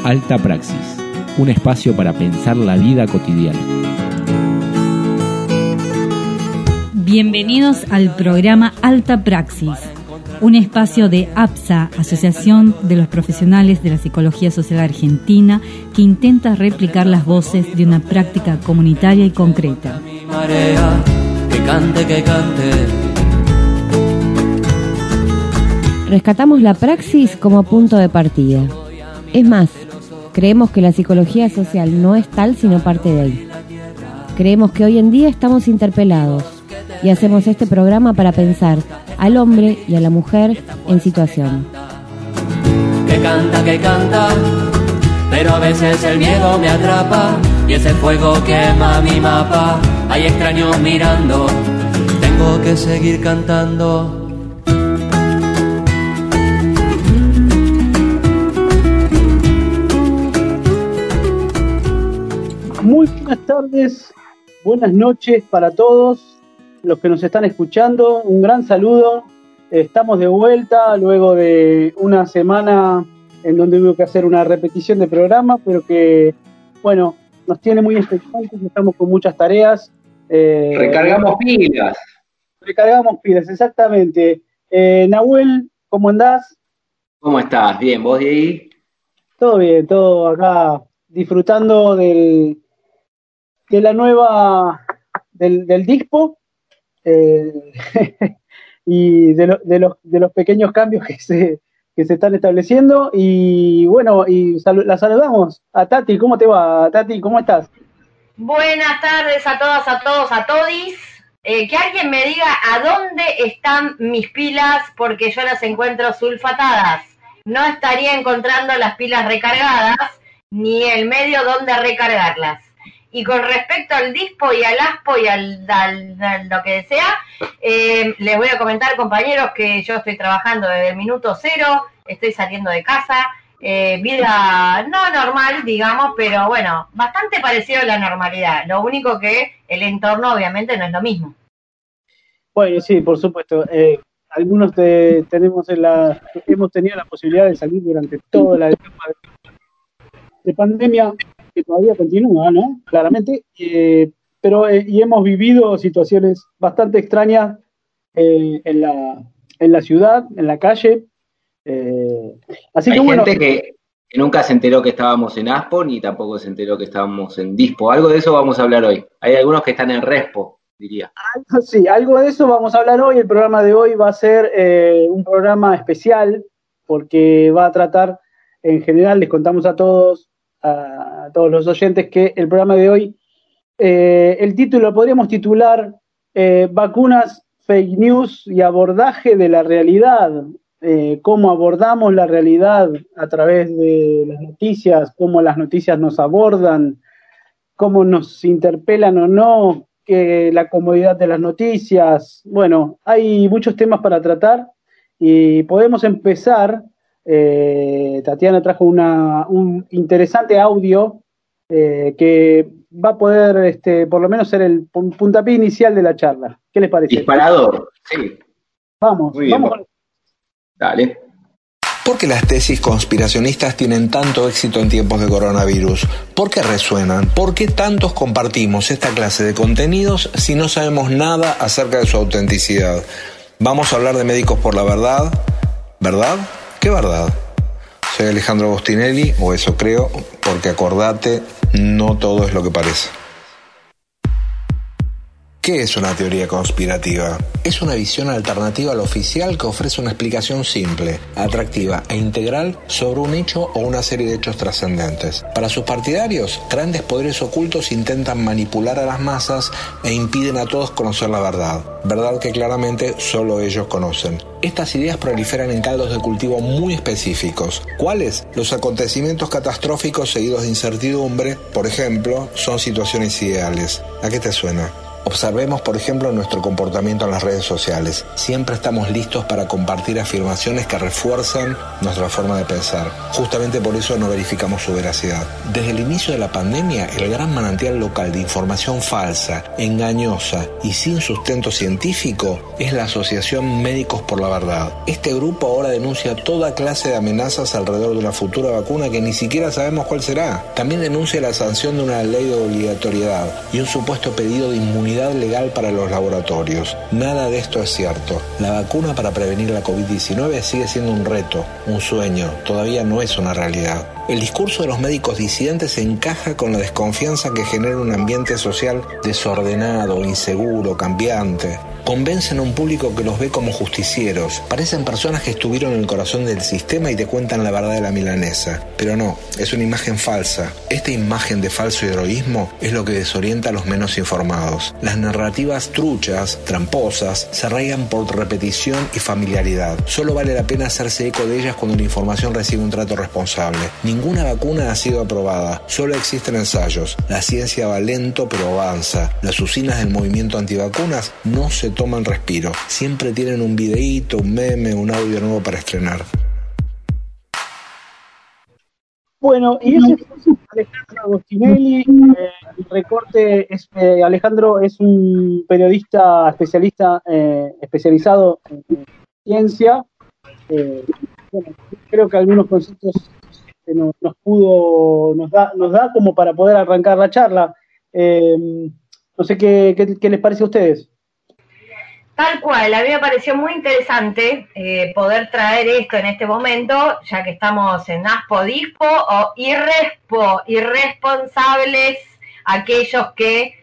Alta Praxis, un espacio para pensar la vida cotidiana. Bienvenidos al programa Alta Praxis, un espacio de APSA, Asociación de los Profesionales de la Psicología Social Argentina, que intenta replicar las voces de una práctica comunitaria y concreta. Que cante. Rescatamos la praxis como punto de partida. Es más, creemos que la psicología social no es tal sino parte de ahí. Creemos que hoy en día estamos interpelados y hacemos este programa para pensar al hombre y a la mujer en situación. Que canta, pero a veces el miedo me atrapa y ese fuego quema mi mapa. Hay extraños mirando, tengo que seguir cantando. Muy buenas tardes, buenas noches para todos los que nos están escuchando. Un gran saludo. Estamos de vuelta luego de una semana en donde hubo que hacer una repetición de programa, pero que, bueno, nos tiene muy expectantes. Estamos con muchas tareas. Recargamos pilas. Recargamos pilas, exactamente. Nahuel, ¿cómo andás? ¿Cómo estás? Bien, ¿vos, Diego? Todo bien, todo acá disfrutando de la nueva del DISPO y de los pequeños cambios que se están estableciendo. Y bueno, la saludamos a Tati. ¿Cómo te va, Tati? ¿Cómo estás? Buenas tardes a todas, a todos, a todis. Que alguien me diga a dónde están mis pilas, porque yo las encuentro sulfatadas. No estaría encontrando las pilas recargadas ni el medio donde recargarlas. Y con respecto al DISPO y al ASPO y al lo que sea, les voy a comentar, compañeros, que yo estoy trabajando desde el minuto cero, estoy saliendo de casa, vida no normal, digamos, pero bueno, bastante parecido a la normalidad. Lo único que el entorno obviamente no es lo mismo. Bueno, sí, por supuesto. Algunos hemos tenido la posibilidad de salir durante toda la etapa de pandemia, que todavía continúa, ¿no? Claramente, pero hemos vivido situaciones bastante extrañas en la ciudad, en la calle. Así Hay que bueno, gente que nunca se enteró que estábamos en ASPO, ni tampoco se enteró que estábamos en DISPO. Algo de eso vamos a hablar hoy. Hay algunos que están en RESPO, diría. Sí, algo de eso vamos a hablar hoy. El programa de hoy va a ser un programa especial, porque va a tratar, en general, les contamos a todos los oyentes que el programa de hoy, el título lo podríamos titular Vacunas, Fake News y abordaje de la realidad. Cómo abordamos la realidad a través de las noticias, cómo las noticias nos abordan, cómo nos interpelan o no, la comodidad de las noticias. Bueno, hay muchos temas para tratar y podemos empezar. Tatiana trajo un interesante audio que va a poder por lo menos ser el puntapié inicial de la charla. ¿Qué les parece? Disparador, sí. Vamos con... Dale. ¿Por qué las tesis conspiracionistas tienen tanto éxito en tiempos de coronavirus? ¿Por qué resuenan? ¿Por qué tantos compartimos esta clase de contenidos si no sabemos nada acerca de su autenticidad? Vamos a hablar de Médicos por la Verdad. ¿Verdad? ¿Qué verdad? Soy Alejandro Agostinelli, o eso creo, porque acordate, no todo es lo que parece. ¿Qué es una teoría conspirativa? Es una visión alternativa a la oficial que ofrece una explicación simple, atractiva e integral sobre un hecho o una serie de hechos trascendentes. Para sus partidarios, grandes poderes ocultos intentan manipular a las masas e impiden a todos conocer la verdad. Verdad que claramente solo ellos conocen. Estas ideas proliferan en caldos de cultivo muy específicos. ¿Cuáles? Los acontecimientos catastróficos seguidos de incertidumbre, por ejemplo, son situaciones ideales. ¿A qué te suena? Observemos, por ejemplo, nuestro comportamiento en las redes sociales. Siempre estamos listos para compartir afirmaciones que refuerzan nuestra forma de pensar. Justamente por eso no verificamos su veracidad. Desde el inicio de la pandemia, el gran manantial local de información falsa, engañosa y sin sustento científico es la Asociación Médicos por la Verdad. Este grupo ahora denuncia toda clase de amenazas alrededor de una futura vacuna que ni siquiera sabemos cuál será. También denuncia la sanción de una ley de obligatoriedad y un supuesto pedido de inmunidad legal para los laboratorios. Nada de esto es cierto. La vacuna para prevenir la COVID-19 sigue siendo un reto, un sueño, todavía no es una realidad. El discurso de los médicos disidentes encaja con la desconfianza que genera un ambiente social desordenado, inseguro, cambiante. Convencen a un público que los ve como justicieros. Parecen personas que estuvieron en el corazón del sistema y te cuentan la verdad de la milanesa. Pero no, es una imagen falsa. Esta imagen de falso heroísmo es lo que desorienta a los menos informados. Las narrativas truchas, tramposas, se arraigan por repetición y familiaridad. Solo vale la pena hacerse eco de ellas cuando la información recibe un trato responsable. Ninguna vacuna ha sido aprobada, solo existen ensayos. La ciencia va lento pero avanza. Las usinas del movimiento antivacunas no se toman respiro. Siempre tienen un videíto, un meme, un audio nuevo para estrenar. Bueno, y ese fue Alejandro Agostinelli. El recorte es, Alejandro es un periodista especializado en ciencia. Bueno, creo que algunos conceptos nos da como para poder arrancar la charla. No sé qué les parece a ustedes. Tal cual, a mí me pareció muy interesante poder traer esto en este momento, ya que estamos en ASPO, DISPO o irresponsables, aquellos que,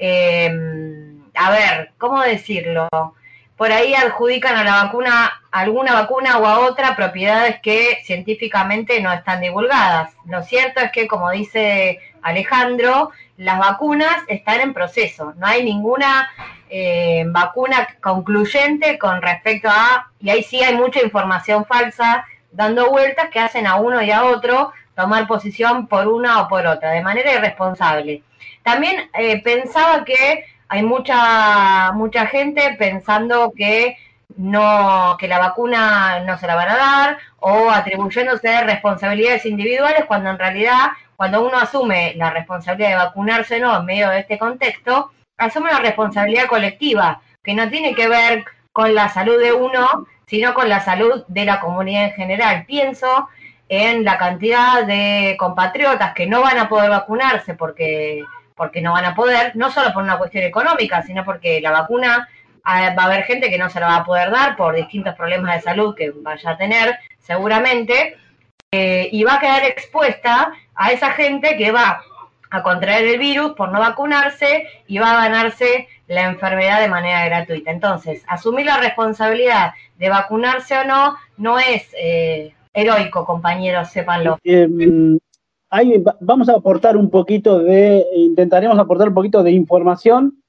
¿cómo decirlo? Por ahí adjudican a la vacuna, a alguna vacuna o a otra, propiedades que científicamente no están divulgadas. Lo cierto es que, como dice Alejandro, las vacunas están en proceso, no hay ninguna vacuna concluyente con respecto a, y ahí sí hay mucha información falsa dando vueltas que hacen a uno y a otro tomar posición por una o por otra, de manera irresponsable. También pensaba que hay mucha gente pensando que la vacuna no se la van a dar, o atribuyéndose responsabilidades individuales, cuando en realidad, cuando uno asume la responsabilidad de vacunarse o no en medio de este contexto, asume una responsabilidad colectiva, que no tiene que ver con la salud de uno, sino con la salud de la comunidad en general. Pienso en la cantidad de compatriotas que no van a poder vacunarse porque no van a poder, no solo por una cuestión económica, sino porque la vacuna, va a haber gente que no se la va a poder dar por distintos problemas de salud que vaya a tener seguramente, y va a quedar expuesta a esa gente que va a contraer el virus por no vacunarse y va a ganarse la enfermedad de manera gratuita. Entonces, asumir la responsabilidad de vacunarse o no es heroico, compañeros, sépanlo. Vamos a aportar intentaremos aportar un poquito de información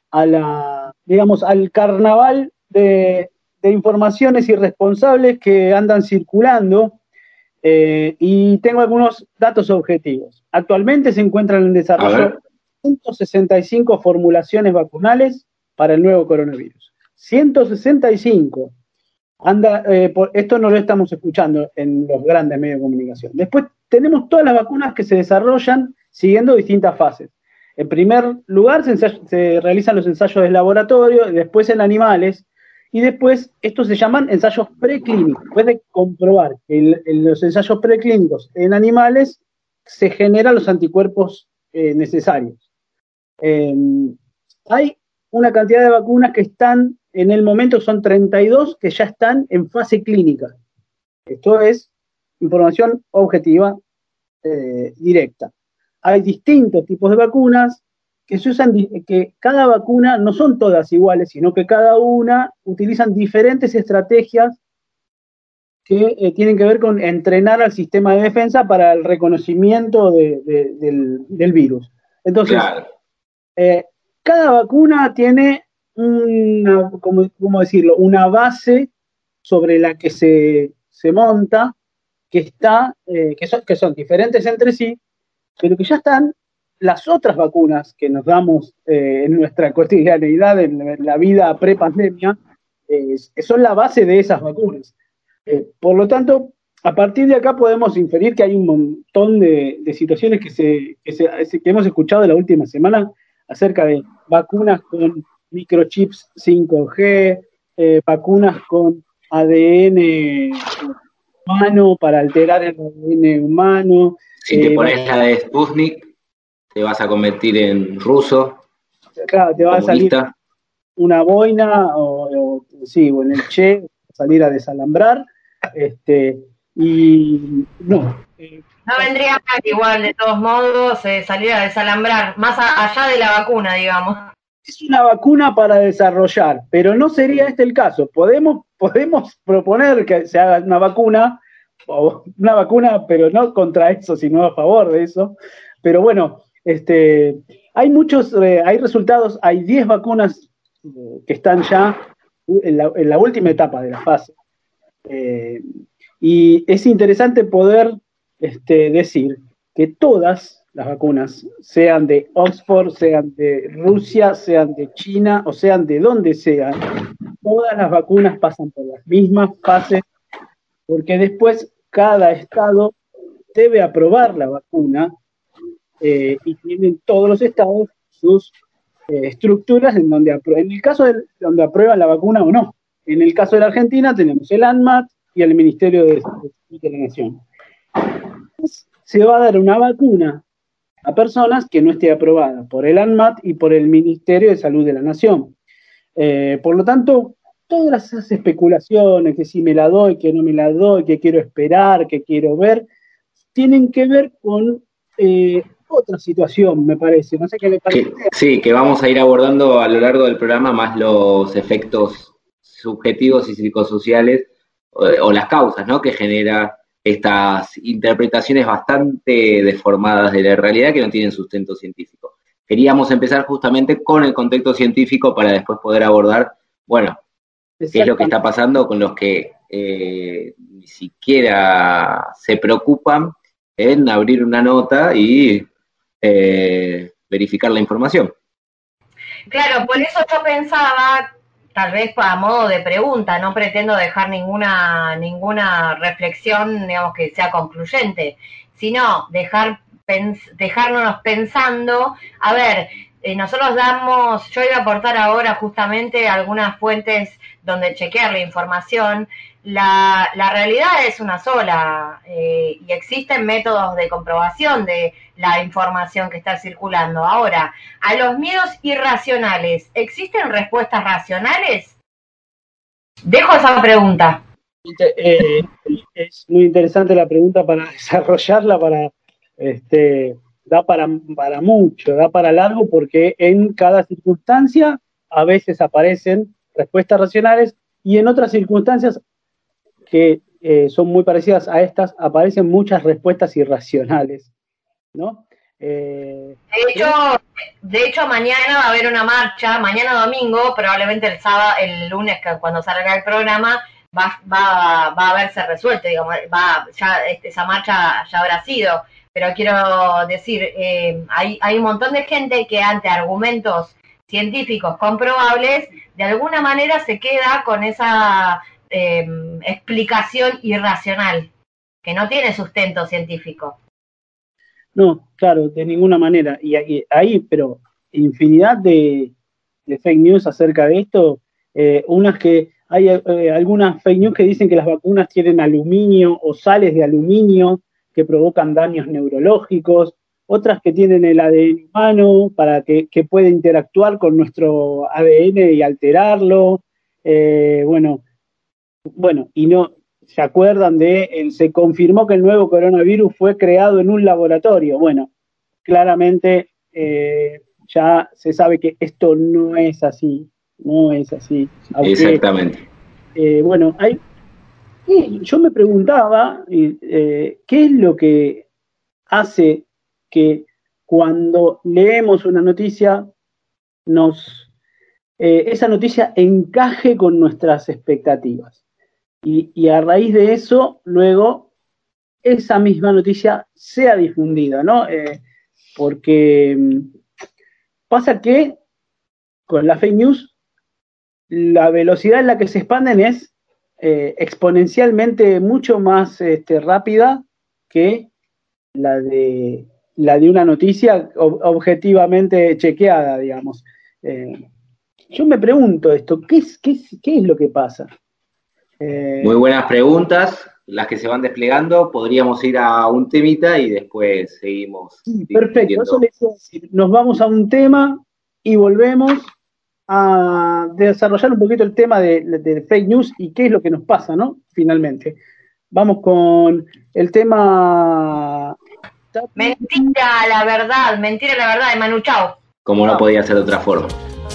al carnaval de informaciones irresponsables que andan circulando, y tengo algunos datos objetivos. Actualmente se encuentran en desarrollo 165 formulaciones vacunales para el nuevo coronavirus. 165. Esto no lo estamos escuchando en los grandes medios de comunicación. Después tenemos todas las vacunas que se desarrollan siguiendo distintas fases. En primer lugar se realizan los ensayos de laboratorio, después en animales, y después estos se llaman ensayos preclínicos. Después de comprobar que en los ensayos preclínicos en animales se generan los anticuerpos necesarios. Hay una cantidad de vacunas que están, en el momento son 32 que ya están en fase clínica. Esto es información objetiva, directa. Hay distintos tipos de vacunas que se usan, que cada vacuna no son todas iguales, sino que cada una utilizan diferentes estrategias que tienen que ver con entrenar al sistema de defensa para el reconocimiento del virus. Entonces, claro, cada vacuna tiene una base sobre la que se monta, que son diferentes entre sí, pero que ya están las otras vacunas que nos damos en nuestra cotidianeidad, en la vida pre-pandemia, son la base de esas vacunas. Por lo tanto, a partir de acá podemos inferir que hay un montón de situaciones que hemos escuchado la última semana acerca de vacunas con microchips 5G, vacunas con ADN humano para alterar el ADN humano. Si te pones la de Sputnik, te vas a convertir en ruso. Claro, te va comunista. a salir una boina o en el Che, salir a desalambrar. Y no. No vendría mal igual, de todos modos, salir a desalambrar, más allá de la vacuna, digamos. Es una vacuna para desarrollar, pero no sería este el caso. Podemos proponer que se haga una vacuna, pero no contra eso, sino a favor de eso. Pero bueno, hay resultados, hay 10 vacunas que están ya en la última etapa de la fase. Y es interesante poder decir que todas las vacunas, sean de Oxford, sean de Rusia, sean de China, o sean de donde sean, todas las vacunas pasan por las mismas fases, porque después cada estado debe aprobar la vacuna, y tienen todos los estados sus estructuras en el caso de donde aprueban la vacuna o no. En el caso de la Argentina tenemos el ANMAT y el Ministerio de Salud de la Nación. Se va a dar una vacuna a personas que no esté aprobada por el ANMAT y por el Ministerio de Salud de la Nación. Por lo tanto, todas esas especulaciones, que si me la doy, que no me la doy, que quiero esperar, que quiero ver, tienen que ver con otra situación, me parece. No sé qué le parece. Sí, que vamos a ir abordando a lo largo del programa más los efectos subjetivos y psicosociales o las causas, ¿no?, que genera estas interpretaciones bastante deformadas de la realidad que no tienen sustento científico. Queríamos empezar justamente con el contexto científico para después poder abordar, bueno, qué es lo que está pasando con los que ni siquiera se preocupan en abrir una nota y verificar la información. Claro, por eso yo pensaba, tal vez a modo de pregunta, no pretendo dejar ninguna reflexión, digamos, que sea concluyente, sino dejarnos pensando, a ver, nosotros yo iba a aportar ahora justamente algunas fuentes donde chequear la información. La realidad es una sola, y existen métodos de comprobación de la información que está circulando. Ahora, a los miedos irracionales, ¿existen respuestas racionales? Dejo esa pregunta. Es muy interesante la pregunta para desarrollarla, da para mucho, da para largo, porque en cada circunstancia a veces aparecen respuestas racionales y en otras circunstancias que son muy parecidas a estas, aparecen muchas respuestas irracionales, ¿no? De hecho, mañana va a haber una marcha, mañana domingo, probablemente el lunes, cuando salga el programa, va a haberse resuelto, digamos, esa marcha ya habrá sido, pero quiero decir, hay un montón de gente que ante argumentos científicos comprobables, de alguna manera se queda con esa explicación irracional, que no tiene sustento científico. No, claro, de ninguna manera. Y hay, pero infinidad de fake news acerca de esto. Hay algunas fake news que dicen que las vacunas tienen aluminio o sales de aluminio que provocan daños neurológicos, otras que tienen el ADN humano para que puede interactuar con nuestro ADN y alterarlo. Bueno, y no se acuerdan se confirmó que el nuevo coronavirus fue creado en un laboratorio. Bueno, claramente ya se sabe que esto no es así. Aunque, exactamente. Yo me preguntaba qué es lo que hace que cuando leemos una noticia esa noticia encaje con nuestras expectativas. Y a raíz de eso, luego, esa misma noticia sea difundida, ¿no? porque pasa que con la fake news la velocidad en la que se expanden es exponencialmente mucho más rápida que la de una noticia objetivamente chequeada, digamos. Yo me pregunto esto, ¿qué es lo que pasa? Muy buenas preguntas, las que se van desplegando. Podríamos ir a un temita y después seguimos. Perfecto, eso les iba a decir. Nos vamos a un tema y volvemos a desarrollar un poquito el tema de fake news y qué es lo que nos pasa, ¿no? Finalmente. Vamos con el tema... Mentira la verdad de Manu Chao. Como no podía ser de otra forma.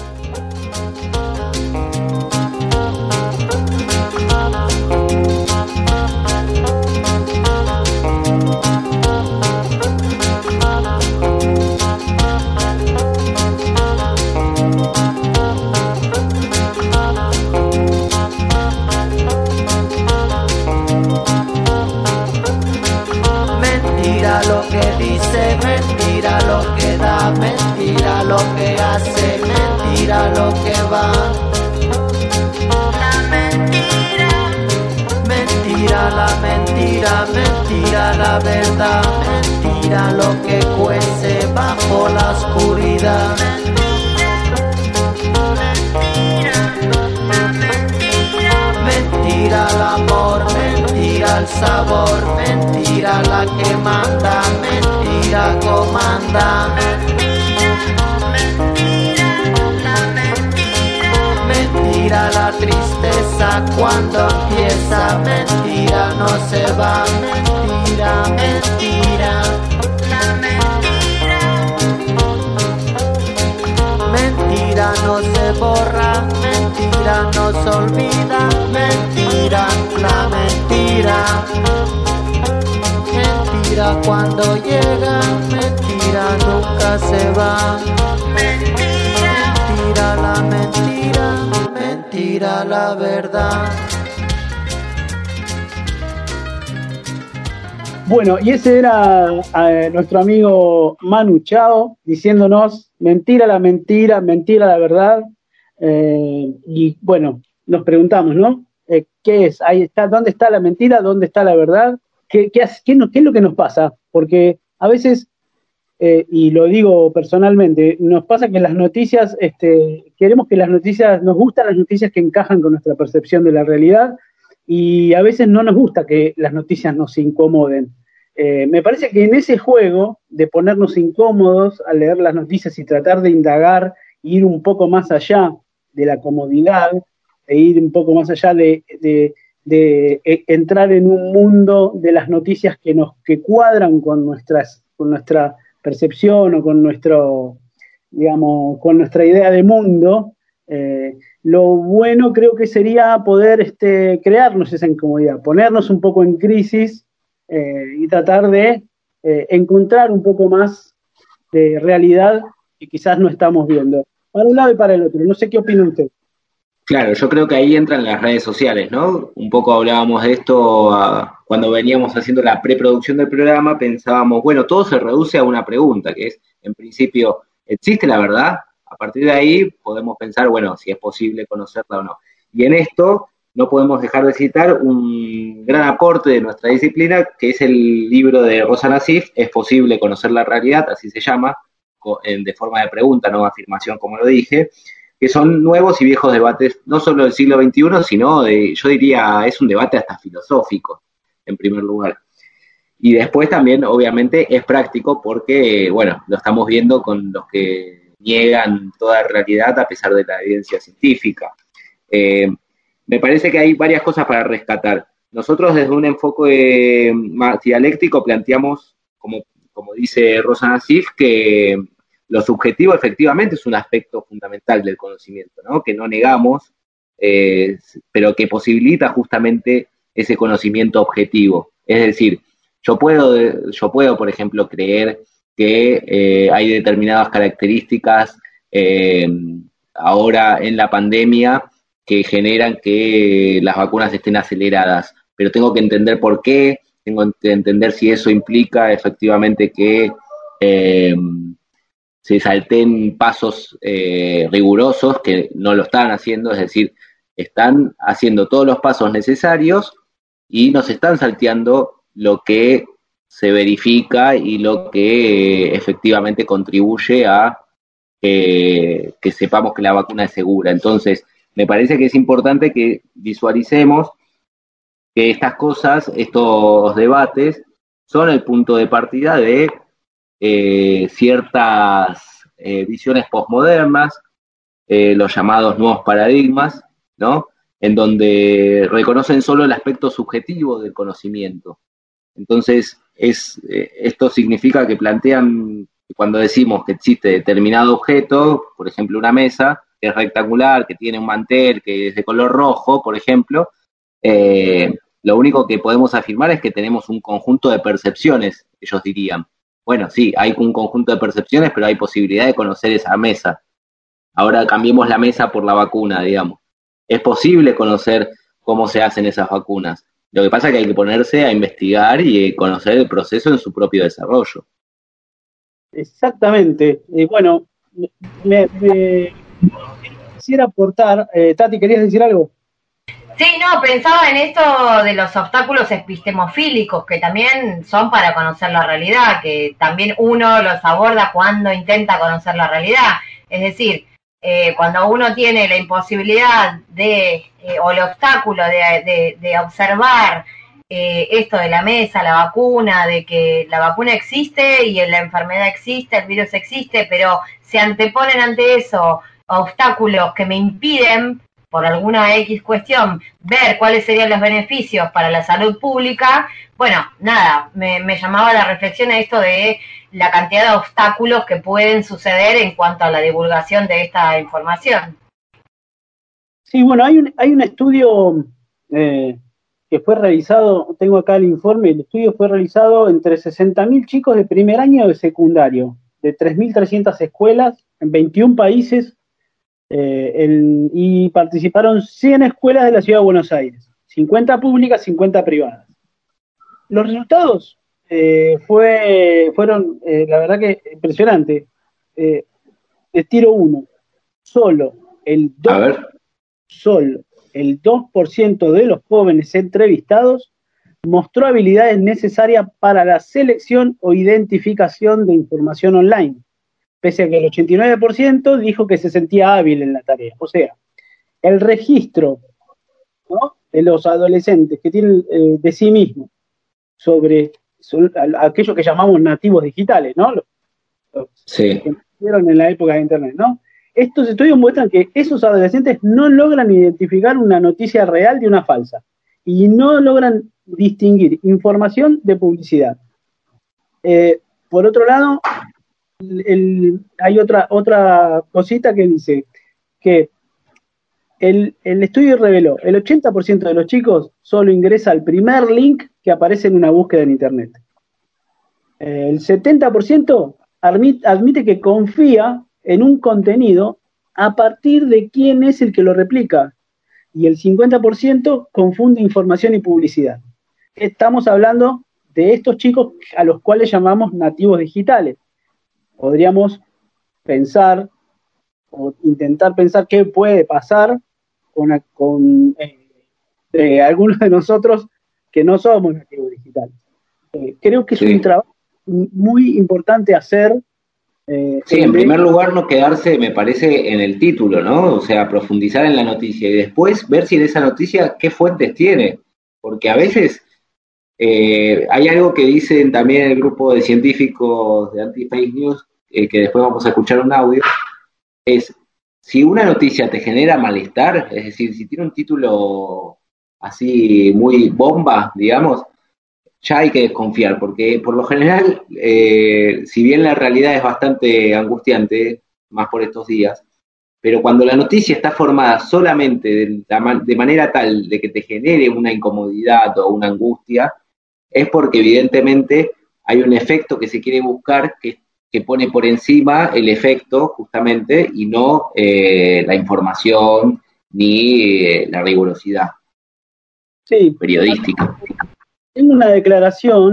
Mentira lo que dice, mentira lo que da, mentira lo que hace, mentira lo que va. La mentira, mentira la mentira, mentira la verdad, mentira lo que cuece bajo la oscuridad. Mentira el amor, mentira el sabor, mentira la que manda, mentira comanda. Mentira la tristeza cuando empieza, mentira no se va, mentira, mentira. Mentira no se borra, mentira no se olvida, mentira, la mentira. Mentira cuando llega, mentira nunca se va. Mentira la mentira, mentira la verdad. Bueno, y ese era nuestro amigo Manu Chao diciéndonos mentira la mentira, mentira la verdad. Y bueno, nos preguntamos, ¿no? ¿Qué es? Ahí está, ¿dónde está la mentira? ¿Dónde está la verdad? ¿Qué es lo que nos pasa? Porque a veces, y lo digo personalmente, nos pasa que las noticias, queremos que las noticias, nos gustan las noticias que encajan con nuestra percepción de la realidad, y a veces no nos gusta que las noticias nos incomoden. Me parece que en ese juego de ponernos incómodos al leer las noticias y tratar de indagar, ir un poco más allá de la comodidad, e ir un poco más allá de entrar en un mundo de las noticias que cuadran con nuestra percepción o con nuestra idea de mundo, lo bueno creo que sería poder crearnos esa incomodidad, ponernos un poco en crisis y tratar de encontrar un poco más de realidad que quizás no estamos viendo. Para un lado y para el otro. No sé qué opina usted. Claro, yo creo que ahí entran las redes sociales, ¿no? Un poco hablábamos de esto cuando veníamos haciendo la preproducción del programa, pensábamos, bueno, todo se reduce a una pregunta, que es, en principio, ¿existe la verdad? A partir de ahí podemos pensar, bueno, si es posible conocerla o no. Y en esto no podemos dejar de citar un gran aporte de nuestra disciplina, que es el libro de Rosa Nassif, Es posible conocer la realidad, así se llama, de forma de pregunta, no afirmación, como lo dije, que son nuevos y viejos debates, no solo del siglo XXI, sino yo diría, es un debate hasta filosófico, en primer lugar. Y después también, obviamente, es práctico porque, bueno, lo estamos viendo con los que niegan toda realidad a pesar de la evidencia científica. Me parece que hay varias cosas para rescatar. Nosotros desde un enfoque más dialéctico planteamos, como dice Rosa Nassif, que lo subjetivo efectivamente es un aspecto fundamental del conocimiento, ¿no? Que no negamos, pero que posibilita justamente ese conocimiento objetivo. Es decir, yo puedo, por ejemplo, creer que hay determinadas características ahora en la pandemia que generan que las vacunas estén aceleradas, pero tengo que entender por qué, tengo que entender si eso implica efectivamente que se salten pasos rigurosos que no lo están haciendo, es decir, están haciendo todos los pasos necesarios y nos están salteando lo que se verifica y lo que efectivamente contribuye a que sepamos que la vacuna es segura. Entonces, me parece que es importante que visualicemos que estas cosas, estos debates, son el punto de partida de ciertas visiones posmodernas, los llamados nuevos paradigmas, ¿no? En donde reconocen solo el aspecto subjetivo del conocimiento. Entonces, esto significa que plantean, cuando decimos que existe determinado objeto, por ejemplo una mesa, que es rectangular, que tiene un mantel, que es de color rojo, por ejemplo, lo único que podemos afirmar es que tenemos un conjunto de percepciones, ellos dirían. Bueno, sí, hay un conjunto de percepciones, pero hay posibilidad de conocer esa mesa. Ahora cambiemos la mesa por la vacuna, digamos. Es posible conocer cómo se hacen esas vacunas. Lo que pasa es que hay que ponerse a investigar y conocer el proceso en su propio desarrollo. Exactamente. Bueno, me quisiera aportar. Tati, ¿querías decir algo? Sí, no, pensaba en esto de los obstáculos epistemofílicos, que también son para conocer la realidad, que también uno los aborda cuando intenta conocer la realidad. Es decir, cuando uno tiene la imposibilidad o el obstáculo de observar esto de la mesa, la vacuna, de que la vacuna existe y la enfermedad existe, el virus existe, pero se anteponen ante eso obstáculos que me impiden, por alguna X cuestión, ver cuáles serían los beneficios para la salud pública. Bueno, nada, me llamaba la reflexión a esto de la cantidad de obstáculos que pueden suceder en cuanto a la divulgación de esta información. Sí, bueno, hay un estudio que fue realizado, tengo acá el informe, el estudio fue realizado entre 60.000 chicos de primer año de secundario, de 3.300 escuelas en 21 países, y participaron 100 escuelas de la Ciudad de Buenos Aires, 50 públicas, 50 privadas. Los resultados fueron, la verdad que impresionante. Les tiro uno. Solo el 2% de los jóvenes entrevistados mostró habilidades necesarias para la selección o identificación de información online, pese a que el 89% dijo que se sentía hábil en la tarea. O sea, el registro, ¿no?, de los adolescentes que tienen de sí mismos sobre aquellos que llamamos nativos digitales, ¿no? Los sí. Que nacieron en la época de Internet, ¿no? Estos estudios muestran que esos adolescentes no logran identificar una noticia real de una falsa y no logran distinguir información de publicidad. Por otro lado, hay otra cosita que dice que el estudio reveló el 80% de los chicos solo ingresa al primer link que aparece en una búsqueda en Internet. El 70% admite que confía en un contenido a partir de quién es el que lo replica, y el 50% confunde información y publicidad. Estamos hablando de estos chicos a los cuales llamamos nativos digitales. Podríamos pensar o intentar pensar qué puede pasar con algunos de nosotros que no somos nativos digitales. Creo que es un trabajo muy importante hacer. Sí, en primer lugar no quedarse, me parece, en el título, ¿no? O sea, profundizar en la noticia y después ver si de esa noticia qué fuentes tiene. Porque a veces hay algo que dicen también el grupo de científicos de Anti-Fake News, que después vamos a escuchar un audio, es si una noticia te genera malestar, es decir, si tiene un título así muy bomba, digamos, ya hay que desconfiar, porque por lo general, si bien la realidad es bastante angustiante, más por estos días, pero cuando la noticia está formada solamente de manera tal de que te genere una incomodidad o una angustia, es porque evidentemente hay un efecto que se quiere buscar que pone por encima el efecto justamente y no la información ni la rigurosidad periodística. Tengo una declaración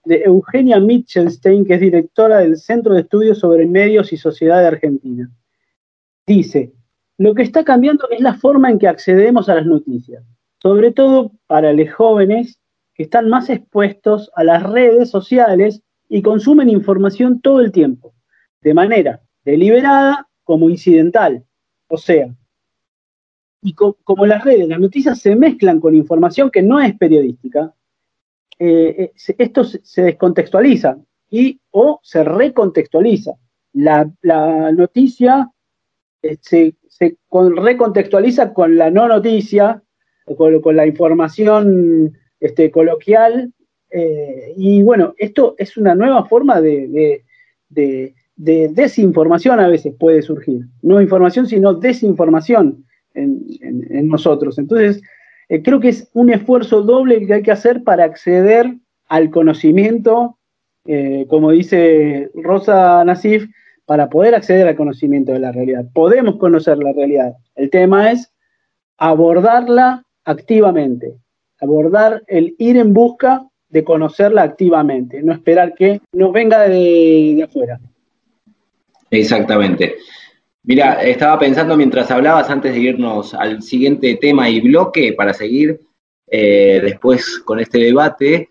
de Eugenia Mitchelstein, que es directora del Centro de Estudios sobre Medios y Sociedad de Argentina. Dice: lo que está cambiando es la forma en que accedemos a las noticias, sobre todo para los jóvenes que están más expuestos a las redes sociales y consumen información todo el tiempo, de manera deliberada como incidental. O sea, y como las noticias se mezclan con información que no es periodística, esto se descontextualiza o se recontextualiza. La noticia se recontextualiza con la no noticia, con la información coloquial, y bueno, esto es una nueva forma de desinformación. A veces puede surgir, no información sino desinformación en nosotros. Entonces creo que es un esfuerzo doble que hay que hacer para acceder al conocimiento, como dice Rosa Nassif, para poder acceder al conocimiento de la realidad. Podemos conocer la realidad. El tema es abordarla activamente, abordar el ir en busca de conocerla activamente, no esperar que nos venga de afuera. Exactamente. Mira, estaba pensando mientras hablabas, antes de irnos al siguiente tema y bloque, para seguir después con este debate,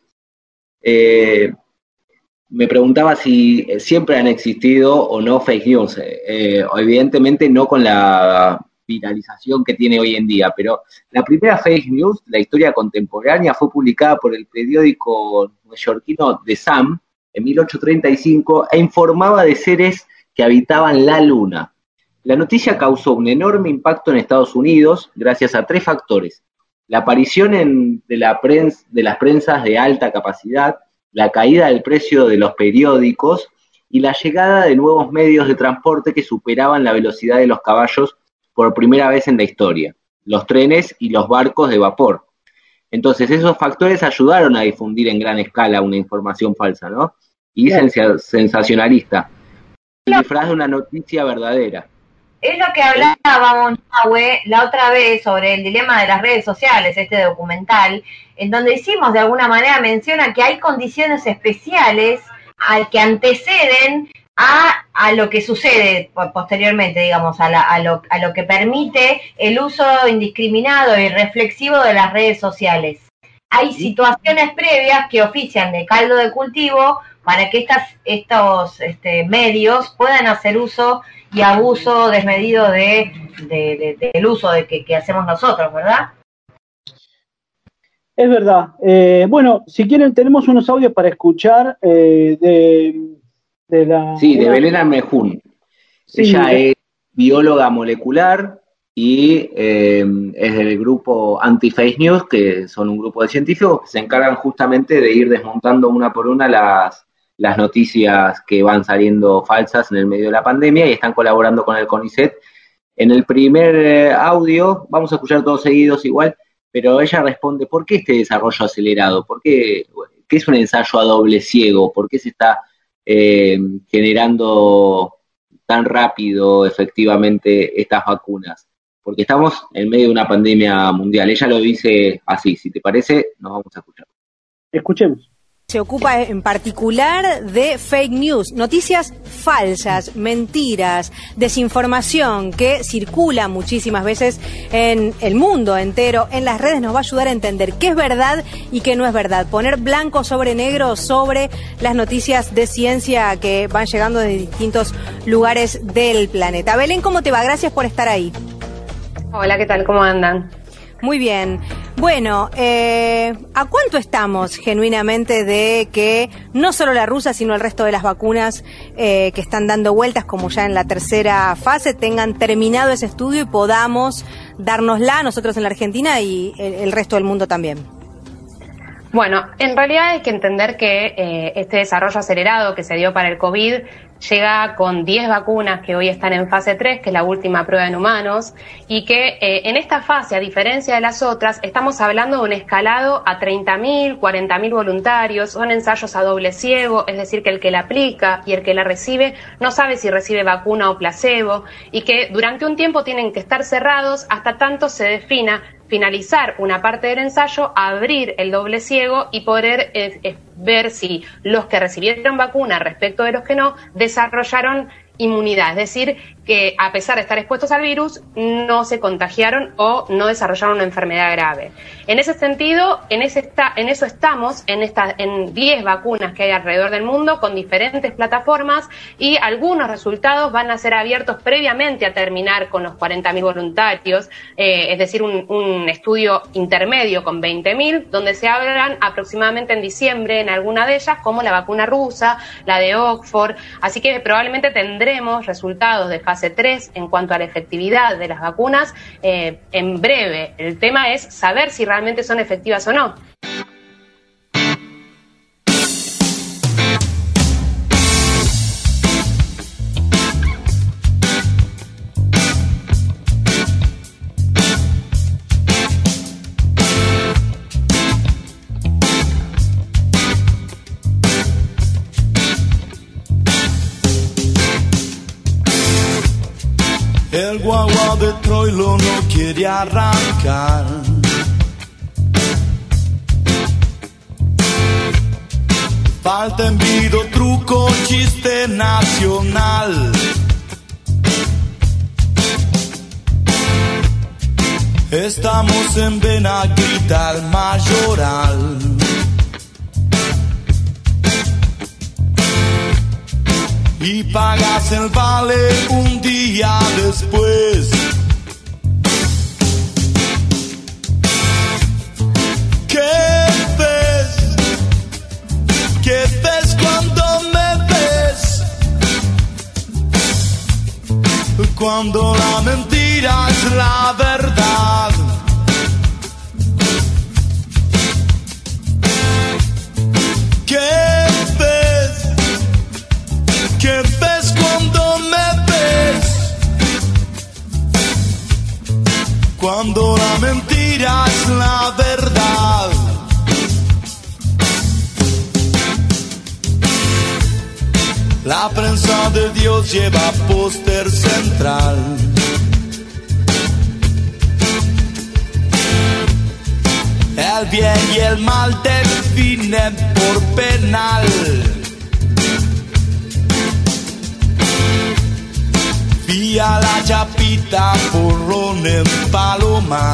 me preguntaba si siempre han existido o no fake news. Evidentemente no con la viralización que tiene hoy en día, pero la primera fake news, la historia contemporánea, fue publicada por el periódico neoyorquino The Sun en 1835 e informaba de seres que habitaban la Luna. La noticia causó un enorme impacto en Estados Unidos gracias a 3 factores: la aparición de las prensas de alta capacidad, la caída del precio de los periódicos y la llegada de nuevos medios de transporte que superaban la velocidad de los caballos por primera vez en la historia: los trenes y los barcos de vapor. Entonces esos factores ayudaron a difundir en gran escala una información falsa, ¿no? Y sensacionalista, el disfraz de una noticia verdadera. Es lo que hablábamos, Nahue, la otra vez sobre el dilema de las redes sociales, este documental, en donde hicimos de alguna manera mención a que hay condiciones especiales al que anteceden a lo que sucede posteriormente, digamos, a lo que permite el uso indiscriminado y reflexivo de las redes sociales. Hay situaciones previas que ofician de caldo de cultivo para que estos medios puedan hacer uso y abuso desmedido del uso que hacemos nosotros, ¿verdad? Es verdad. Bueno, si quieren tenemos unos audios para escuchar de Belén Armejún. Sí, ella es bióloga molecular y es del grupo Anti-Fake News, que son un grupo de científicos que se encargan justamente de ir desmontando una por una las noticias que van saliendo falsas en el medio de la pandemia, y están colaborando con el CONICET. En el primer audio, vamos a escuchar todos seguidos igual, pero ella responde: ¿por qué este desarrollo acelerado? ¿Por qué es un ensayo a doble ciego? ¿Por qué se está generando tan rápido efectivamente estas vacunas? Porque estamos en medio de una pandemia mundial. Ella lo dice así. Si te parece, nos vamos a escuchar. Escuchemos. Se ocupa en particular de fake news, noticias falsas, mentiras, desinformación que circula muchísimas veces en el mundo entero. En las redes nos va a ayudar a entender qué es verdad y qué no es verdad. Poner blanco sobre negro sobre las noticias de ciencia que van llegando de distintos lugares del planeta. Belén, ¿cómo te va? Gracias por estar ahí. Hola, ¿qué tal? ¿Cómo andan? Muy bien. Bueno, ¿a cuánto estamos genuinamente de que no solo la rusa, sino el resto de las vacunas que están dando vueltas, como ya en la tercera fase, tengan terminado ese estudio y podamos dárnosla nosotros en la Argentina y el resto del mundo también? Bueno, en realidad hay que entender que este desarrollo acelerado que se dio para el COVID llega con 10 vacunas que hoy están en fase 3, que es la última prueba en humanos, y que en esta fase, a diferencia de las otras, estamos hablando de un escalado a 30.000, 40.000 voluntarios, son ensayos a doble ciego, es decir, que el que la aplica y el que la recibe no sabe si recibe vacuna o placebo, y que durante un tiempo tienen que estar cerrados hasta tanto se defina finalizar una parte del ensayo, abrir el doble ciego y poder ver si los que recibieron vacuna respecto de los que no desarrollaron inmunidad, es decir, que a pesar de estar expuestos al virus, no se contagiaron o no desarrollaron una enfermedad grave. En ese sentido, en eso estamos, en 10 vacunas que hay alrededor del mundo, con diferentes plataformas, y algunos resultados van a ser abiertos previamente a terminar con los 40.000 voluntarios, es decir, un estudio intermedio con 20.000, donde se hablan aproximadamente en diciembre en alguna de ellas, como la vacuna rusa, la de Oxford, así que probablemente tendremos resultados de fase 3 en cuanto a la efectividad de las vacunas en breve. El tema es saber si realmente son efectivas o no. El guagua de Troilo no quiere arrancar. Falta envido, truco, chiste nacional. Estamos en Benaguita, el Mayoral. Y pagas el vale un día después. ¿Qué ves? ¿Qué ves cuando me ves? Cuando la mentira es la verdad. ¿Qué ves? ¿Qué ves cuando me ves? Cuando la mentira es la verdad. La prensa de Dios lleva póster central. El bien y el mal definen por penal. Vía la chapita, porrón en Palomar.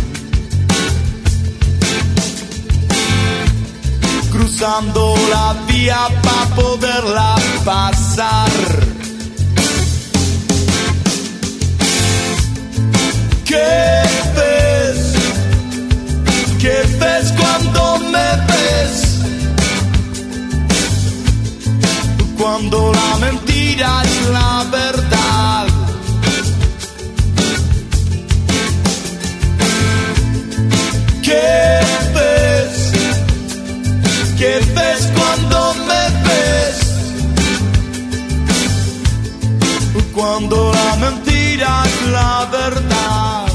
Cruzando la vía pa' poderla pasar. ¿Qué ves? ¿Qué ves cuando me ves? Cuando la mentira es la verdad. ¿Qué ves? ¿Qué ves cuando me ves? Cuando la mentira es la verdad.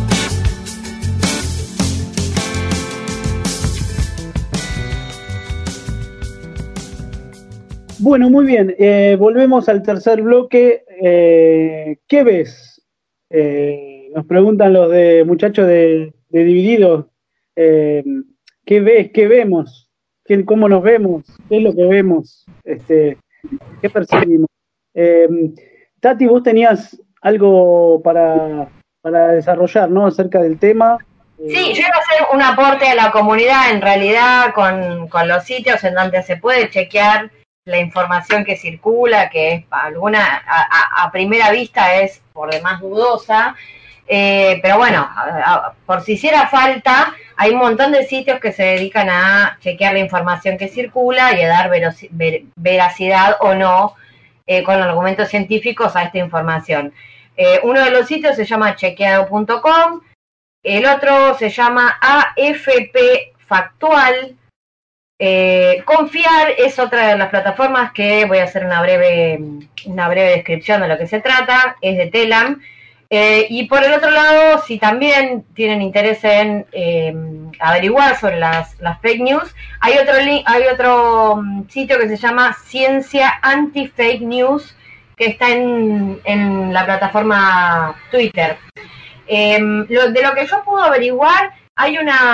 Bueno, muy bien. Volvemos al tercer bloque. ¿Qué ves? Nos preguntan los muchachos de Divididos. ¿Qué ves? ¿Qué vemos? ¿Cómo nos vemos? ¿Qué es lo que vemos? ¿Qué percibimos? Tati, vos tenías algo para desarrollar, ¿no? Acerca del tema. Sí, yo iba a hacer un aporte a la comunidad, en realidad, con los sitios en donde se puede chequear la información que circula, que es a primera vista es por demás dudosa, pero bueno, por si hiciera falta, hay un montón de sitios que se dedican a chequear la información que circula y a dar veracidad o no con argumentos científicos a esta información. Uno de los sitios se llama chequeado.com, el otro se llama AFP Factual. Confiar es otra de las plataformas que voy a hacer una breve descripción de lo que se trata, es de Telam. Y por el otro lado, si también tienen interés en averiguar sobre las fake news, hay otro sitio que se llama Ciencia Anti-Fake News, que está en la plataforma Twitter. De lo que yo pude averiguar, hay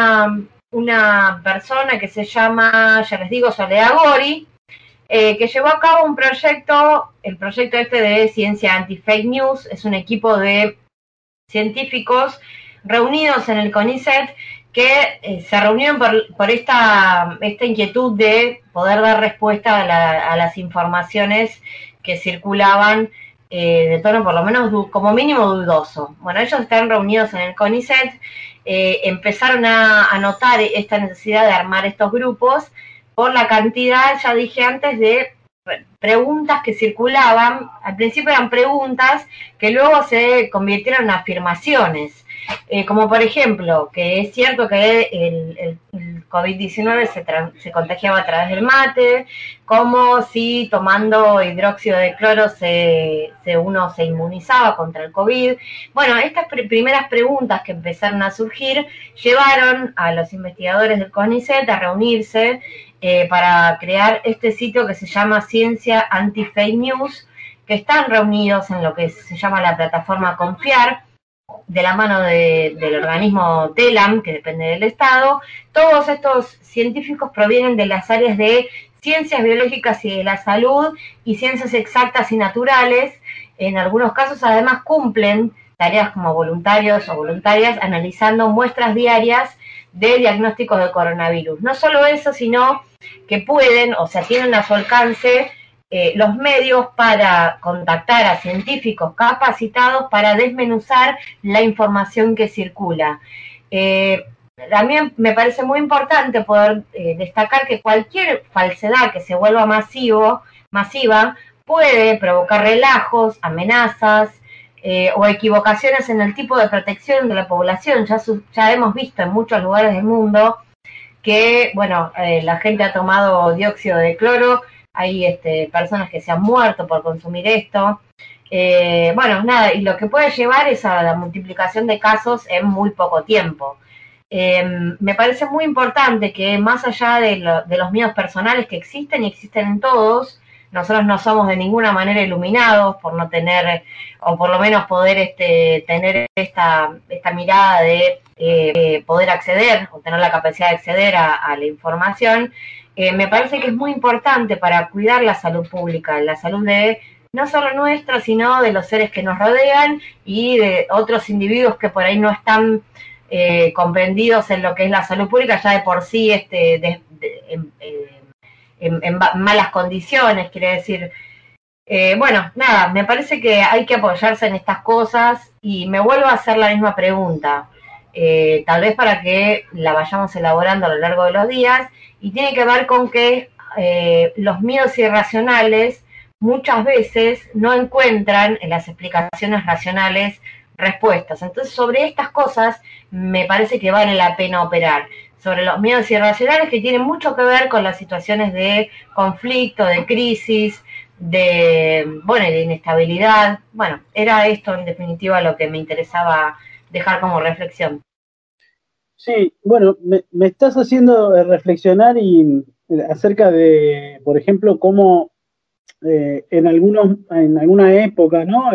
una persona que se llama, ya les digo, Soledad Gori, que llevó a cabo un proyecto, el proyecto este de Ciencia Anti-Fake News. Es un equipo de científicos reunidos en el CONICET que se reunieron por esta inquietud de poder dar respuesta a las informaciones que circulaban de tono por lo menos como mínimo dudoso. Bueno, ellos están reunidos en el CONICET, empezaron a notar esta necesidad de armar estos grupos por la cantidad, ya dije antes, de preguntas que circulaban. Al principio eran preguntas que luego se convirtieron en afirmaciones, como por ejemplo, que es cierto que el COVID-19 se contagiaba a través del mate, como si tomando hidróxido de cloro uno se inmunizaba contra el COVID. Bueno, estas primeras preguntas que empezaron a surgir llevaron a los investigadores del CONICET a reunirse para crear este sitio que se llama Ciencia Anti-Fake News, que están reunidos en lo que se llama la plataforma Confiar, de la mano del organismo TELAM, que depende del Estado. Todos estos científicos provienen de las áreas de ciencias biológicas y de la salud y ciencias exactas y naturales. En algunos casos, además, cumplen tareas como voluntarios o voluntarias analizando muestras diarias de diagnósticos de coronavirus. No solo eso, sino que pueden, o sea, tienen a su alcance los medios para contactar a científicos capacitados para desmenuzar la información que circula. También me parece muy importante poder destacar que cualquier falsedad que se vuelva masiva puede provocar relajos, amenazas o equivocaciones en el tipo de protección de la población. Ya hemos visto en muchos lugares del mundo que, bueno, la gente ha tomado dióxido de cloro. Hay personas que se han muerto por consumir esto. Bueno, nada, y lo que puede llevar es a la multiplicación de casos en muy poco tiempo. Me parece muy importante que más allá de los miedos personales que existen y existen en todos, nosotros no somos de ninguna manera iluminados por no tener, o por lo menos poder tener esta mirada de poder acceder o tener la capacidad de acceder a la información. Me parece que es muy importante para cuidar la salud pública, la salud de no solo nuestra, sino de los seres que nos rodean y de otros individuos que por ahí no están comprendidos en lo que es la salud pública, ya de por sí en malas condiciones, quiere decir. Bueno, nada, me parece que hay que apoyarse en estas cosas y me vuelvo a hacer la misma pregunta, tal vez para que la vayamos elaborando a lo largo de los días, y tiene que ver con que los miedos irracionales muchas veces no encuentran en las explicaciones racionales respuestas. Entonces, sobre estas cosas me parece que vale la pena operar. Sobre los miedos irracionales que tienen mucho que ver con las situaciones de conflicto, de crisis, de inestabilidad. Bueno, era esto en definitiva lo que me interesaba dejar como reflexión. Sí, bueno, me estás haciendo reflexionar acerca de, por ejemplo, cómo en alguna época, ¿no?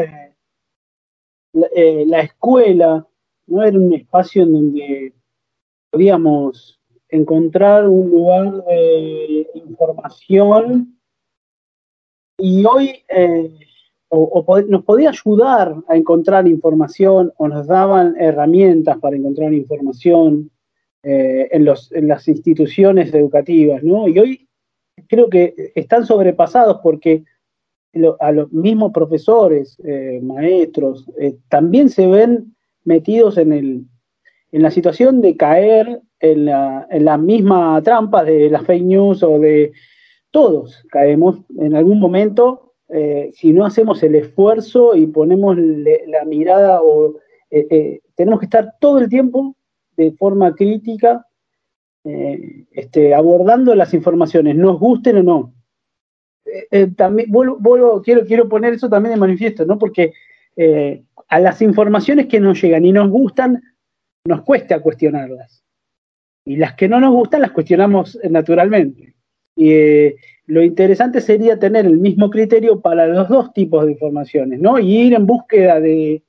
La escuela no era un espacio en donde podíamos encontrar un lugar de información, y hoy nos podía ayudar a encontrar información, o nos daban herramientas para encontrar información en las instituciones educativas, ¿no? Y hoy creo que están sobrepasados porque a los mismos profesores, maestros, también se ven metidos en la situación de caer en la misma trampa de las fake news, o de todos caemos en algún momento. Si no hacemos el esfuerzo y ponemos la mirada, tenemos que estar todo el tiempo de forma crítica abordando las informaciones, nos gusten o no. También quiero poner eso también de manifiesto, ¿no? Porque a las informaciones que nos llegan y nos gustan, nos cuesta cuestionarlas, y las que no nos gustan las cuestionamos naturalmente. Y lo interesante sería tener el mismo criterio para los dos tipos de informaciones, ¿no? Y ir en búsqueda de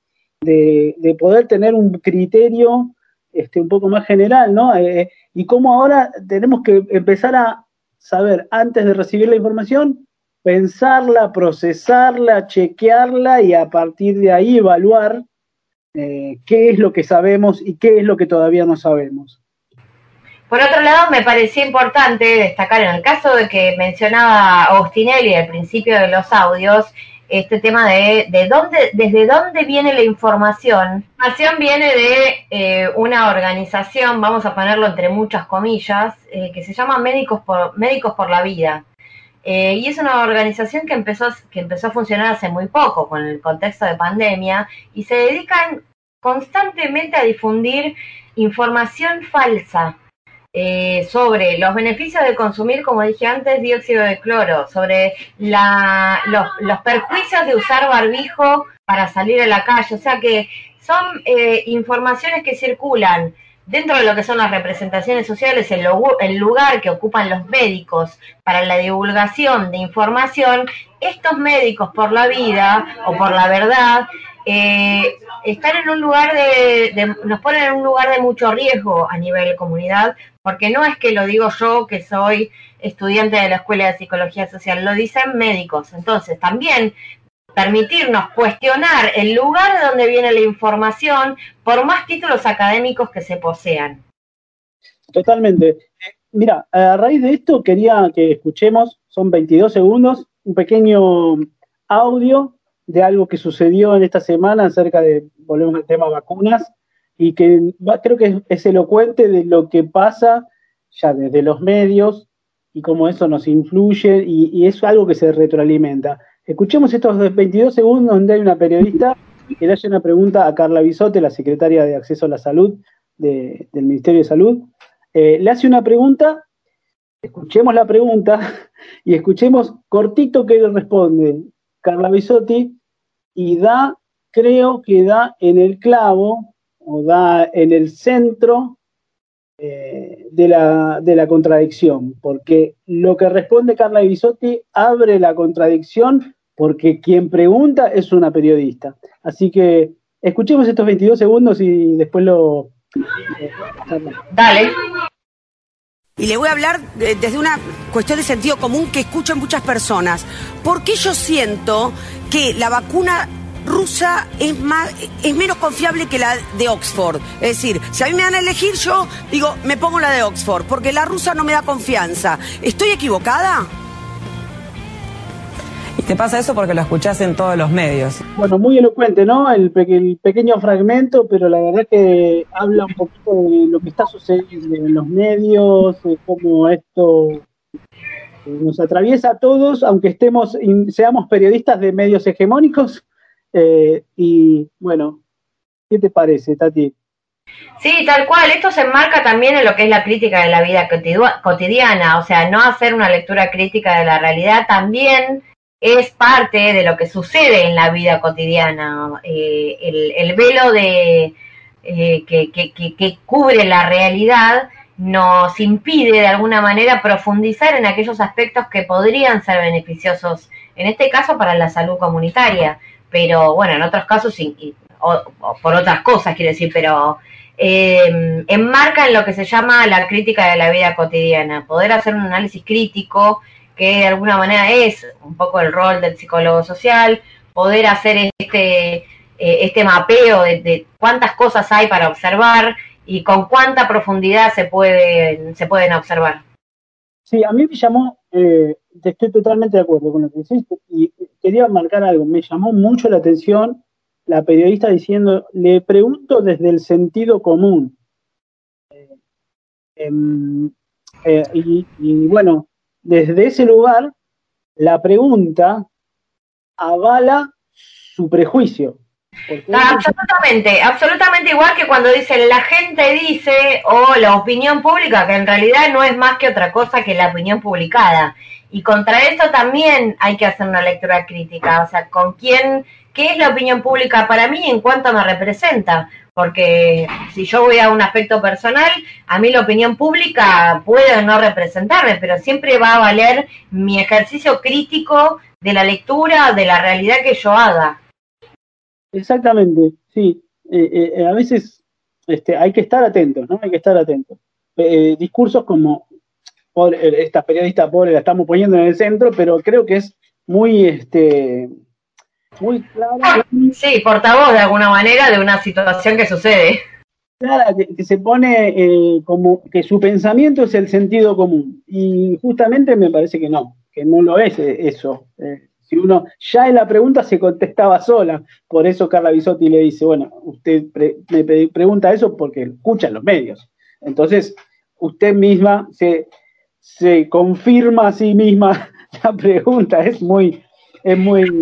de poder tener un criterio un poco más general, ¿no? Y cómo ahora tenemos que empezar a saber, antes de recibir la información, pensarla, procesarla, chequearla y a partir de ahí evaluar qué es lo que sabemos y qué es lo que todavía no sabemos. Por otro lado, me parecía importante destacar, en el caso de que mencionaba Agostinelli al principio de los audios, este tema desde dónde viene la información. La información viene de una organización, vamos a ponerlo entre muchas comillas, que se llama Médicos por la Vida. Y es una organización que empezó a funcionar hace muy poco, con el contexto de pandemia, y se dedican constantemente a difundir información falsa sobre los beneficios de consumir, como dije antes, dióxido de cloro, sobre los perjuicios de usar barbijo para salir a la calle. O sea que son informaciones que circulan dentro de lo que son las representaciones sociales, el lugar que ocupan los médicos para la divulgación de información. Estos médicos por la vida o por la verdad están en un lugar nos ponen en un lugar de mucho riesgo a nivel comunidad, porque no es que lo digo yo, que soy estudiante de la Escuela de Psicología Social, lo dicen médicos. Entonces también permitirnos cuestionar el lugar de donde viene la información, por más títulos académicos que se posean. Totalmente. Mira, a raíz de esto quería que escuchemos, son 22 segundos, un pequeño audio de algo que sucedió en esta semana acerca de, volvemos al tema vacunas, y que creo que es elocuente de lo que pasa ya desde los medios y cómo eso nos influye, y es algo que se retroalimenta. Escuchemos estos 22 segundos donde hay una periodista que le hace una pregunta a Carla Bisotti, la secretaria de Acceso a la Salud del Ministerio de Salud. Le hace una pregunta, escuchemos la pregunta y escuchemos cortito que le responde Carla Bisotti, y creo que da en el clavo, o da en el centro de la contradicción, porque lo que responde Carla Bisotti abre la contradicción, porque quien pregunta es una periodista. Así que escuchemos estos 22 segundos y después lo... Dale. Y le voy a hablar desde una cuestión de sentido común que escuchan muchas personas. ¿Por qué yo siento que la vacuna rusa es menos confiable que la de Oxford? Es decir, si a mí me dan a elegir, yo digo, me pongo la de Oxford, porque la rusa no me da confianza. ¿Estoy equivocada? Y te pasa eso porque lo escuchás en todos los medios. Bueno, muy elocuente, ¿no? El pequeño fragmento, pero la verdad que habla un poquito de lo que está sucediendo en los medios, cómo esto nos atraviesa a todos, aunque seamos periodistas de medios hegemónicos. Y bueno, ¿qué te parece, Tati? Sí, tal cual. Esto se enmarca también en lo que es la crítica de la vida cotidiana. O sea, no hacer una lectura crítica de la realidad también es parte de lo que sucede en la vida cotidiana. El velo que cubre la realidad nos impide de alguna manera profundizar en aquellos aspectos que podrían ser beneficiosos, en este caso para la salud comunitaria, pero bueno, en otros casos o por otras cosas, quiero decir, pero enmarca en lo que se llama la crítica de la vida cotidiana, poder hacer un análisis crítico, que de alguna manera es un poco el rol del psicólogo social, poder hacer este mapeo de cuántas cosas hay para observar y con cuánta profundidad se pueden observar. Sí, a mí me llamó, estoy totalmente de acuerdo con lo que decís, y quería marcar algo, me llamó mucho la atención la periodista diciendo, le pregunto desde el sentido común. Y bueno, desde ese lugar, la pregunta avala su prejuicio. Absolutamente igual que cuando dicen la gente dice o la opinión pública, que en realidad no es más que otra cosa que la opinión publicada. Y contra esto también hay que hacer una lectura crítica, o sea, ¿qué es la opinión pública para mí en cuanto me representa? Porque si yo voy a un aspecto personal, a mí la opinión pública puede o no representarme, pero siempre va a valer mi ejercicio crítico de la lectura, de la realidad que yo haga. Exactamente, sí. A veces hay que estar atentos, ¿no? Hay que estar atentos. Discursos como, esta periodista pobre la estamos poniendo en el centro, pero creo que es muy clara. Sí, portavoz de alguna manera de una situación que sucede. Clara, que se pone como que su pensamiento es el sentido común. Y justamente me parece que no lo es eso. Si uno ya en la pregunta se contestaba sola, por eso Carla Bisotti le dice, bueno, usted me pregunta eso porque escucha los medios. Entonces, usted misma se confirma a sí misma la pregunta, es muy y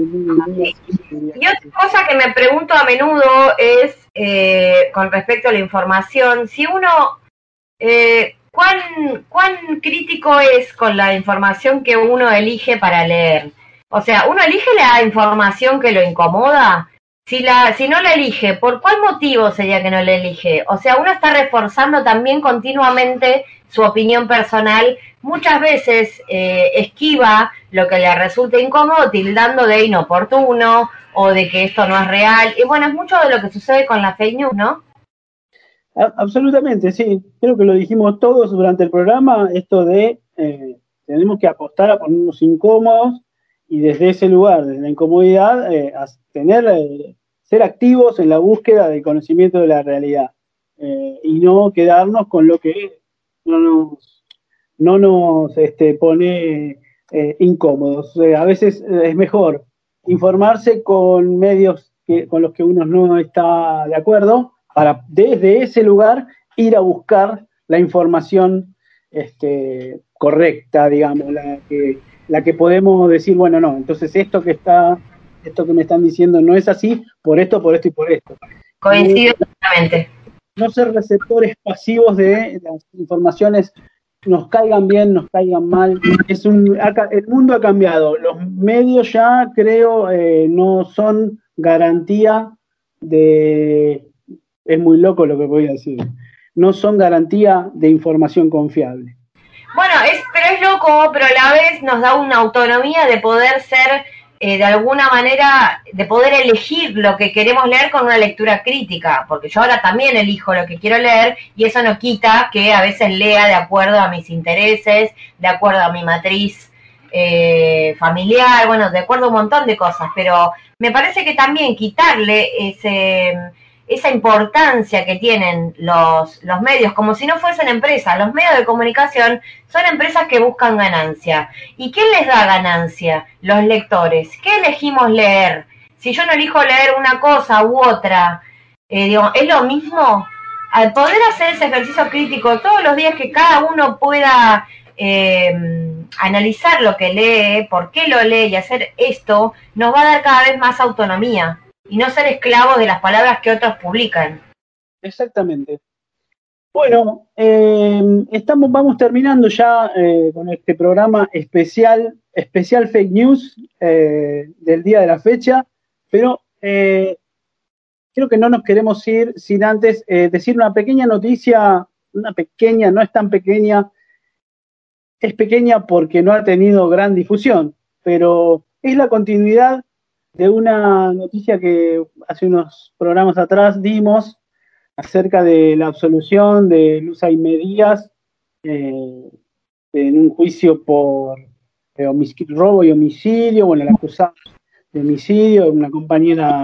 otra cosa que me pregunto a menudo es, con respecto a la información, si uno, ¿cuán crítico es con la información que uno elige para leer? O sea, ¿uno elige la información que lo incomoda? Si no la elige, ¿por cuál motivo sería que no la elige? O sea, uno está reforzando también continuamente su opinión personal, muchas veces esquiva lo que le resulta incómodo, tildando de inoportuno o de que esto no es real. Y bueno, es mucho de lo que sucede con la fake news, ¿no? Absolutamente, sí. Creo que lo dijimos todos durante el programa, esto de tenemos que apostar a ponernos incómodos y desde ese lugar, desde la incomodidad, ser activos en la búsqueda del conocimiento de la realidad y no quedarnos con lo que no nos pone incómodos. A veces es mejor informarse con medios con los que uno no está de acuerdo, para desde ese lugar ir a buscar la información correcta, digamos, la que podemos decir, bueno, no, entonces esto que me están diciendo no es así, por esto y por esto. Coincido totalmente. No ser receptores pasivos de las informaciones, nos caigan bien, nos caigan mal. El mundo ha cambiado. Los medios ya, creo, no son garantía de... Es muy loco lo que voy a decir. No son garantía de información confiable. Bueno, pero es loco, pero a la vez nos da una autonomía de poder ser, de alguna manera, de poder elegir lo que queremos leer con una lectura crítica, porque yo ahora también elijo lo que quiero leer y eso no quita que a veces lea de acuerdo a mis intereses, de acuerdo a mi matriz familiar, bueno, de acuerdo a un montón de cosas, pero me parece que también quitarle esa importancia que tienen los medios, como si no fuesen empresas. Los medios de comunicación son empresas que buscan ganancia. ¿Y quién les da ganancia? Los lectores. ¿Qué elegimos leer? Si yo no elijo leer una cosa u otra, ¿es lo mismo? Al poder hacer ese ejercicio crítico todos los días, que cada uno pueda analizar lo que lee, por qué lo lee y hacer esto, nos va a dar cada vez más autonomía. Y no ser esclavos de las palabras que otros publican. Exactamente. Bueno, vamos terminando ya con este programa especial Fake News del día de la fecha, pero creo que no nos queremos ir sin antes decir una pequeña noticia, no es tan pequeña, es pequeña porque no ha tenido gran difusión, pero es la continuidad de una noticia que hace unos programas atrás dimos acerca de la absolución de Luz Aimé Díaz en un juicio por robo y homicidio, bueno, la acusada de homicidio de una compañera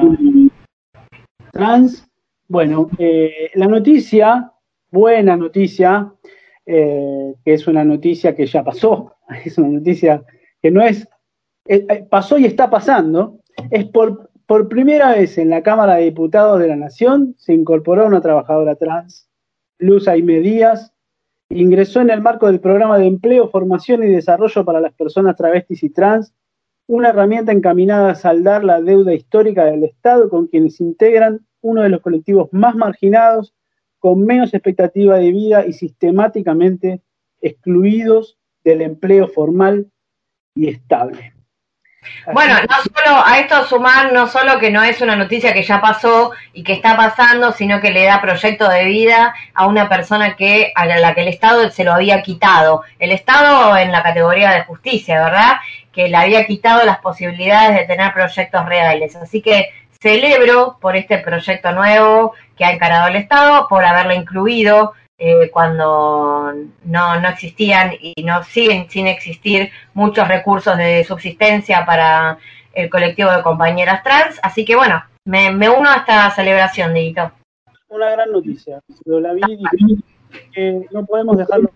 trans. Bueno, la noticia, buena noticia, que es una noticia que ya pasó, es una noticia que no es, pasó y está pasando. Es por primera vez en la Cámara de Diputados de la Nación se incorporó una trabajadora trans, Luz Aimé Díaz, ingresó en el marco del Programa de Empleo, Formación y Desarrollo para las Personas Travestis y Trans, una herramienta encaminada a saldar la deuda histórica del Estado con quienes integran uno de los colectivos más marginados, con menos expectativa de vida y sistemáticamente excluidos del empleo formal y estable. Bueno, no solo a esto sumar, no solo que no es una noticia que ya pasó y que está pasando, sino que le da proyecto de vida a una persona a la que el Estado se lo había quitado. El Estado en la categoría de justicia, ¿verdad? Que le había quitado las posibilidades de tener proyectos reales. Así que celebro por este proyecto nuevo que ha encarado el Estado, por haberlo incluido cuando no existían y no siguen sin existir muchos recursos de subsistencia para el colectivo de compañeras trans. Así que bueno, me uno a esta celebración, Dieguito. Una gran noticia. La vi y dije que no podemos dejarlo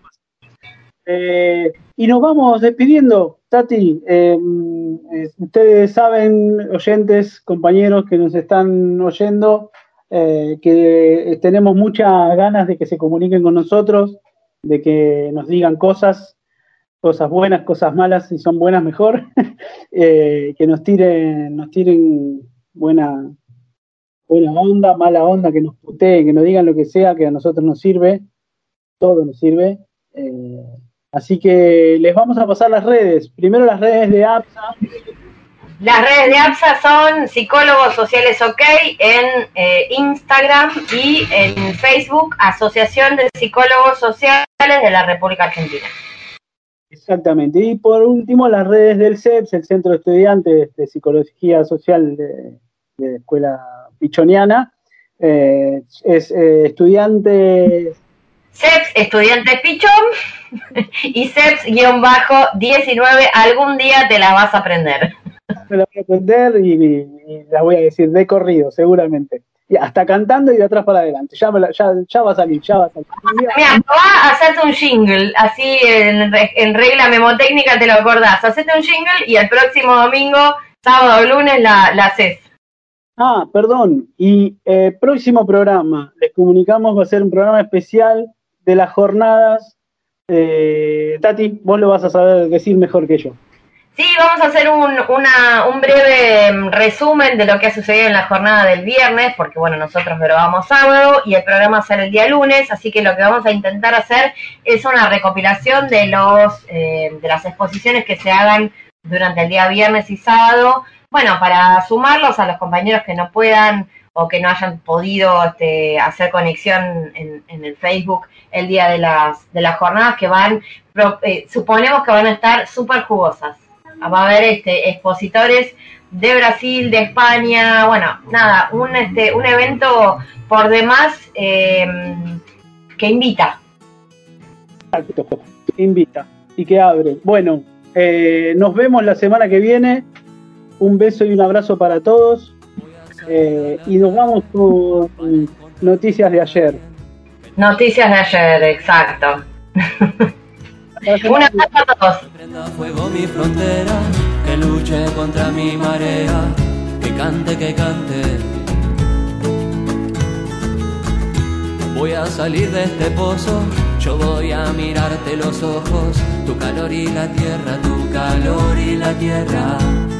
pasar. Y nos vamos despidiendo. Tati, ustedes saben, oyentes, compañeros que nos están oyendo, que tenemos muchas ganas de que se comuniquen con nosotros, de que nos digan cosas buenas, cosas malas, si son buenas mejor, que nos tiren buena onda, mala onda, que nos puteen, que nos digan lo que sea, que a nosotros nos sirve, todo nos sirve. Así que les vamos a pasar las redes. Primero las redes de APSA. Las redes de APSA son Psicólogos Sociales OK en Instagram y en Facebook, Asociación de Psicólogos Sociales de la República Argentina. Exactamente. Y por último, las redes del CEPS, el Centro de Estudiantes de Psicología Social de la Escuela Pichoniana. Es estudiantes... CEPS, estudiante Pichón, y CEPS-19, algún día te la vas a aprender. Me la voy a aprender y la voy a decir de corrido, seguramente. Y hasta cantando y de atrás para adelante. Ya va a salir. Mira, va a hacerte un jingle, así en regla memotécnica te lo acordás. Hacete un jingle y el próximo domingo, sábado o lunes, la haces. Ah, perdón. Y próximo programa, les comunicamos, va a ser un programa especial de las jornadas. Tati, vos lo vas a saber decir mejor que yo. Sí, vamos a hacer un breve resumen de lo que ha sucedido en la jornada del viernes, porque bueno, nosotros grabamos sábado y el programa sale el día lunes, así que lo que vamos a intentar hacer es una recopilación de las exposiciones que se hagan durante el día viernes y sábado, bueno, para sumarlos a los compañeros que no puedan o que no hayan podido hacer conexión en el Facebook el día de las jornadas, que suponemos que van a estar súper jugosas. Va a haber expositores de Brasil, de España, bueno, nada, un evento por demás que invita. Exacto, invita y que abre. Bueno, nos vemos la semana que viene. Un beso y un abrazo para todos. Y nos vamos con noticias de ayer. Noticias de ayer, exacto. Una abrazo a todos. Prenda fuego mi frontera, que luche contra mi marea, que cante, que cante. Voy a salir de este pozo, yo voy a mirarte los ojos, tu calor y la tierra, tu calor y la tierra.